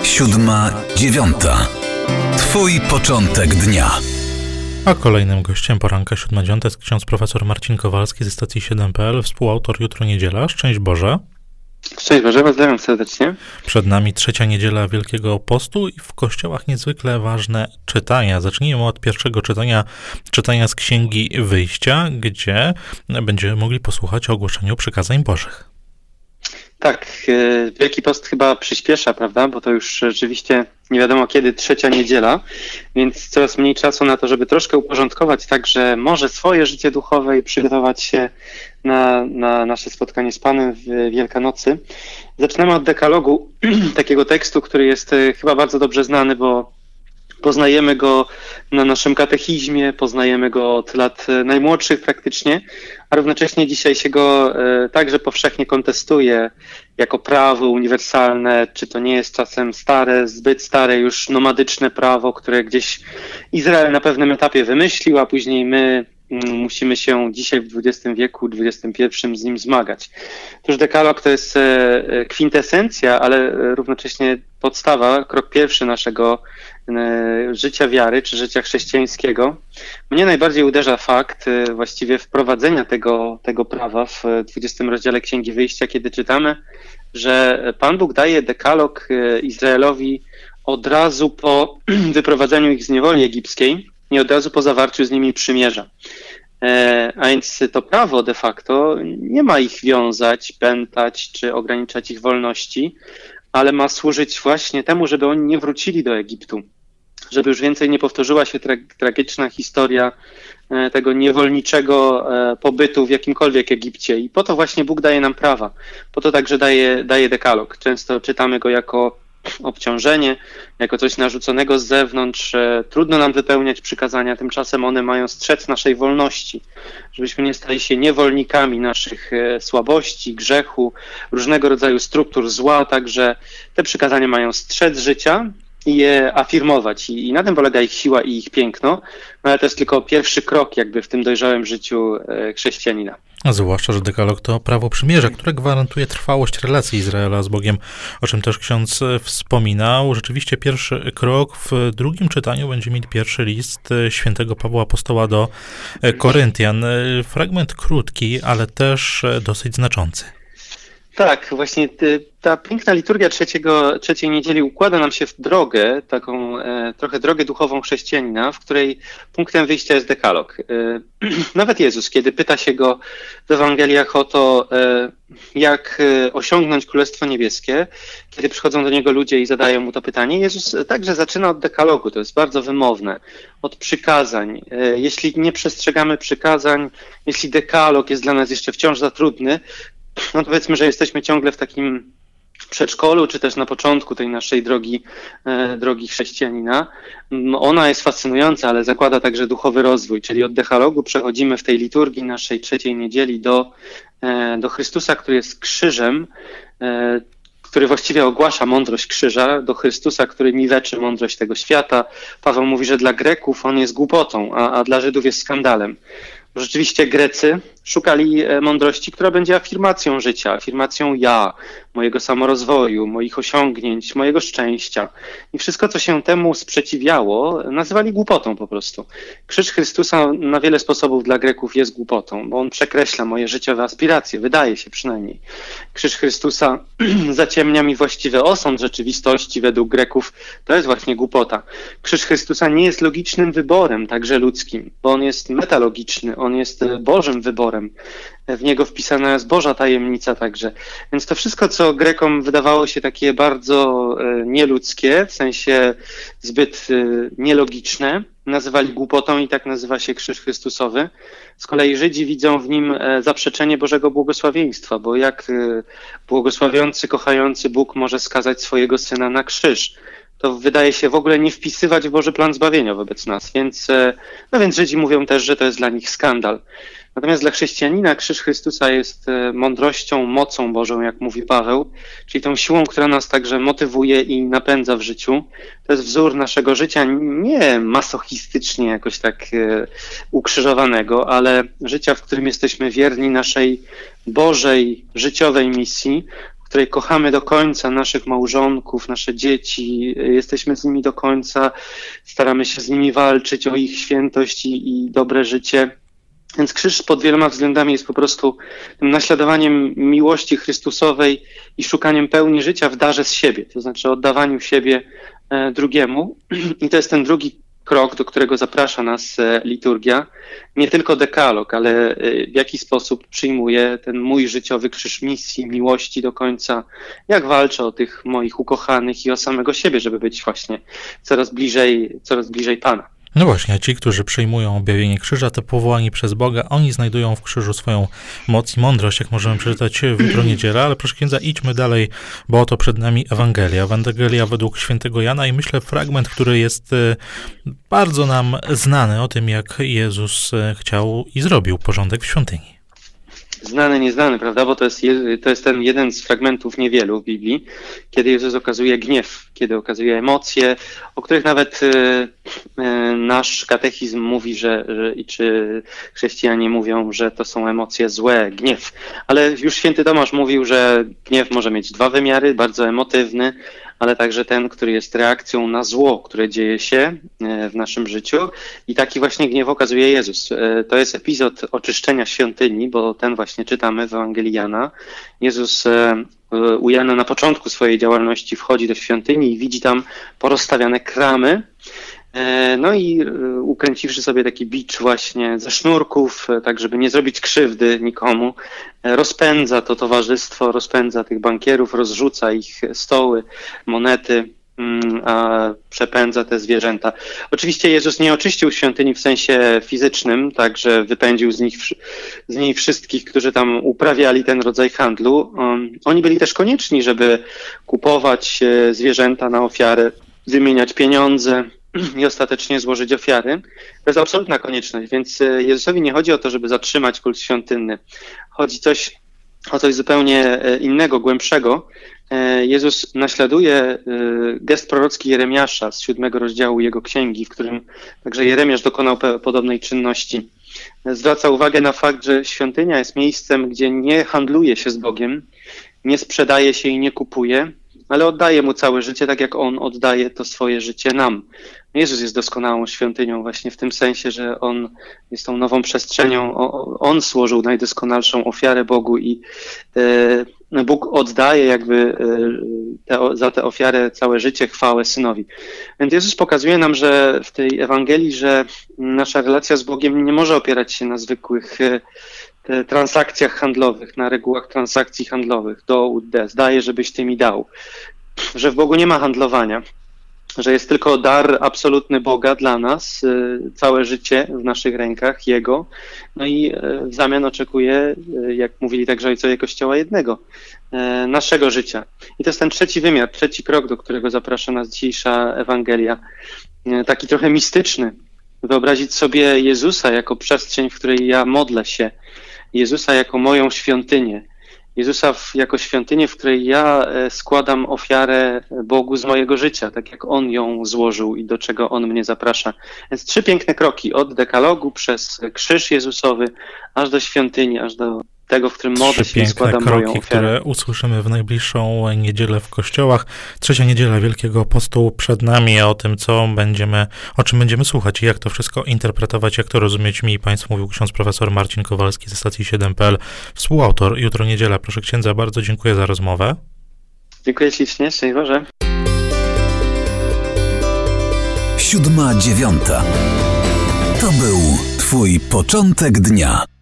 7:09. Twój początek dnia. A kolejnym gościem poranka 7:09 jest ksiądz profesor Marcin Kowalski ze stacji 7.pl, współautor Jutro Niedziela. Szczęść Boże. Szczęść Boże, pozdrawiam serdecznie. Przed nami trzecia niedziela Wielkiego Postu i w kościołach niezwykle ważne czytania. Zacznijmy od pierwszego czytania z Księgi Wyjścia, gdzie będziemy mogli posłuchać o ogłoszeniu przykazań Bożych. Tak, Wielki Post chyba przyspiesza, prawda, bo to już rzeczywiście nie wiadomo kiedy trzecia niedziela, więc coraz mniej czasu na to, żeby troszkę uporządkować także może swoje życie duchowe i przygotować się na nasze spotkanie z Panem w Wielkanocy. Zaczynamy od dekalogu, takiego tekstu, który jest chyba bardzo dobrze znany, bo poznajemy go na naszym katechizmie, poznajemy go od lat najmłodszych praktycznie, a równocześnie dzisiaj się go także powszechnie kontestuje jako prawo uniwersalne, czy to nie jest czasem stare, zbyt stare już nomadyczne prawo, które gdzieś Izrael na pewnym etapie wymyślił, a później my musimy się dzisiaj w XX wieku, XXI z nim zmagać. Otóż dekalog to jest kwintesencja, ale równocześnie podstawa, krok pierwszy naszego życia wiary, czy życia chrześcijańskiego. Mnie najbardziej uderza fakt właściwie wprowadzenia tego prawa w 20 rozdziale Księgi Wyjścia, kiedy czytamy, że Pan Bóg daje dekalog Izraelowi od razu po wyprowadzeniu ich z niewoli egipskiej i od razu po zawarciu z nimi przymierza. A więc to prawo de facto nie ma ich wiązać, pętać czy ograniczać ich wolności, ale ma służyć właśnie temu, żeby oni nie wrócili do Egiptu, żeby już więcej nie powtórzyła się tragiczna historia tego niewolniczego pobytu w jakimkolwiek Egipcie. I po to właśnie Bóg daje nam prawa, po to także daje dekalog. Często czytamy go jako obciążenie, jako coś narzuconego z zewnątrz. Trudno nam wypełniać przykazania, tymczasem one mają strzec naszej wolności, żebyśmy nie stali się niewolnikami naszych słabości, grzechu, różnego rodzaju struktur zła, także te przykazania mają strzec życia i je afirmować. I na tym polega ich siła i ich piękno, no ale to jest tylko pierwszy krok jakby w tym dojrzałym życiu chrześcijanina. A zwłaszcza, że dekalog to prawo przymierza, które gwarantuje trwałość relacji Izraela z Bogiem, o czym też ksiądz wspominał. Rzeczywiście pierwszy krok w drugim czytaniu będzie mieć pierwszy list świętego Pawła Apostoła do Koryntian. Fragment krótki, ale też dosyć znaczący. Tak, właśnie ta piękna liturgia trzeciej niedzieli układa nam się w drogę, taką trochę drogę duchową chrześcijanina, w której punktem wyjścia jest dekalog. Nawet Jezus, kiedy pyta się go w Ewangeliach o to, jak osiągnąć Królestwo Niebieskie, kiedy przychodzą do niego ludzie i zadają mu to pytanie, Jezus także zaczyna od dekalogu, to jest bardzo wymowne, od przykazań. Jeśli nie przestrzegamy przykazań, jeśli dekalog jest dla nas jeszcze wciąż za trudny, no to powiedzmy, że jesteśmy ciągle w takim przedszkolu, czy też na początku tej naszej drogi chrześcijanina. Ona jest fascynująca, ale zakłada także duchowy rozwój, czyli od dekalogu przechodzimy w tej liturgii naszej trzeciej niedzieli do Chrystusa, który jest krzyżem, który właściwie ogłasza mądrość krzyża, do Chrystusa, który niweczy mądrość tego świata. Paweł mówi, że dla Greków on jest głupotą, a dla Żydów jest skandalem. Rzeczywiście Grecy szukali mądrości, która będzie afirmacją życia, afirmacją ja, mojego samorozwoju, moich osiągnięć, mojego szczęścia. I wszystko, co się temu sprzeciwiało, nazywali głupotą po prostu. Krzyż Chrystusa na wiele sposobów dla Greków jest głupotą, bo on przekreśla moje życiowe aspiracje, wydaje się przynajmniej. Krzyż Chrystusa zaciemnia mi właściwy osąd rzeczywistości według Greków, to jest właśnie głupota. Krzyż Chrystusa nie jest logicznym wyborem, także ludzkim, bo on jest metalogiczny, on jest Bożym wyborem. W niego wpisana jest Boża tajemnica także. Więc to wszystko, co Grekom wydawało się takie bardzo nieludzkie, w sensie zbyt nielogiczne, nazywali głupotą i tak nazywa się Krzyż Chrystusowy. Z kolei Żydzi widzą w nim zaprzeczenie Bożego błogosławieństwa, bo jak błogosławiący, kochający Bóg może skazać swojego Syna na krzyż? To wydaje się w ogóle nie wpisywać w Boży plan zbawienia wobec nas. Więc Żydzi mówią też, że to jest dla nich skandal. Natomiast dla chrześcijanina krzyż Chrystusa jest mądrością, mocą Bożą, jak mówi Paweł, czyli tą siłą, która nas także motywuje i napędza w życiu. To jest wzór naszego życia nie masochistycznie jakoś tak ukrzyżowanego, ale życia, w którym jesteśmy wierni naszej Bożej, życiowej misji, w której kochamy do końca naszych małżonków, nasze dzieci, jesteśmy z nimi do końca, staramy się z nimi walczyć o ich świętość i dobre życie. Więc krzyż pod wieloma względami jest po prostu tym naśladowaniem miłości Chrystusowej i szukaniem pełni życia w darze z siebie, to znaczy oddawaniu siebie drugiemu. I to jest ten drugi krok, do którego zaprasza nas liturgia. Nie tylko dekalog, ale w jaki sposób przyjmuję ten mój życiowy krzyż misji, miłości do końca, jak walczę o tych moich ukochanych i o samego siebie, żeby być właśnie coraz bliżej Pana. No właśnie, ci, którzy przyjmują objawienie krzyża, te powołani przez Boga, oni znajdują w krzyżu swoją moc i mądrość, jak możemy przeczytać w jutro niedzielę, ale proszę księdza, idźmy dalej, bo oto przed nami Ewangelia według świętego Jana i myślę fragment, który jest bardzo nam znany o tym, jak Jezus chciał i zrobił porządek w świątyni. Znany, nieznany, prawda? Bo to jest ten jeden z fragmentów niewielu w Biblii, kiedy Jezus okazuje gniew, kiedy okazuje emocje, o których nawet nasz katechizm mówi, czy chrześcijanie mówią, że to są emocje złe, gniew. Ale już święty Tomasz mówił, że gniew może mieć dwa wymiary, bardzo emotywny, ale także ten, który jest reakcją na zło, które dzieje się w naszym życiu. I taki właśnie gniew okazuje Jezus. To jest epizod oczyszczenia świątyni, bo ten właśnie czytamy w Ewangelii Jana. Jezus u Jana na początku swojej działalności wchodzi do świątyni i widzi tam porozstawiane kramy. No i ukręciwszy sobie taki bicz właśnie ze sznurków, tak żeby nie zrobić krzywdy nikomu, rozpędza to towarzystwo, rozpędza tych bankierów, rozrzuca ich stoły, monety, a przepędza te zwierzęta. Oczywiście Jezus nie oczyścił świątyni w sensie fizycznym, także wypędził z niej wszystkich, którzy tam uprawiali ten rodzaj handlu. Oni byli też konieczni, żeby kupować zwierzęta na ofiarę, wymieniać pieniądze i ostatecznie złożyć ofiary. To jest absolutna konieczność, więc Jezusowi nie chodzi o to, żeby zatrzymać kult świątynny. Chodzi o coś zupełnie innego, głębszego. Jezus naśladuje gest prorocki Jeremiasza z 7 rozdziału jego księgi, w którym także Jeremiasz dokonał podobnej czynności. Zwraca uwagę na fakt, że świątynia jest miejscem, gdzie nie handluje się z Bogiem, nie sprzedaje się i nie kupuje, ale oddaje Mu całe życie, tak jak On oddaje to swoje życie nam. Jezus jest doskonałą świątynią właśnie w tym sensie, że On jest tą nową przestrzenią. On złożył najdoskonalszą ofiarę Bogu i Bóg oddaje jakby za tę ofiarę całe życie, chwałę Synowi. Więc Jezus pokazuje nam, że w tej Ewangelii, że nasza relacja z Bogiem nie może opierać się na zwykłych transakcjach handlowych, na regułach transakcji handlowych. Daję, żebyś ty mi dał. Że w Bogu nie ma handlowania, że jest tylko dar absolutny Boga dla nas, całe życie w naszych rękach, Jego, no i w zamian oczekuje, jak mówili także ojcowie Kościoła, jednego, naszego życia. I to jest ten trzeci wymiar, trzeci krok, do którego zaprasza nas dzisiejsza Ewangelia, taki trochę mistyczny. Wyobrazić sobie Jezusa jako przestrzeń, w której ja modlę się, Jezusa jako moją świątynię, Jezusa jako świątynię, w której ja składam ofiarę Bogu z mojego życia, tak jak On ją złożył i do czego On mnie zaprasza. Więc 3 piękne kroki, od dekalogu przez krzyż Jezusowy, aż do świątyni, aż do tego, w którym modlę się i składam moją ofiarę. 3 piękne kroki, które usłyszymy w najbliższą niedzielę w kościołach. 3. niedziela Wielkiego Postu przed nami, a o tym, o czym będziemy słuchać i jak to wszystko interpretować, jak to rozumieć mi i Państwu mówił ksiądz profesor Marcin Kowalski ze stacji 7.pl, współautor Jutro niedziela. Proszę księdza, bardzo dziękuję za rozmowę. Dziękuję ślicznie, szczęść Boże. 7:09. To był Twój początek dnia.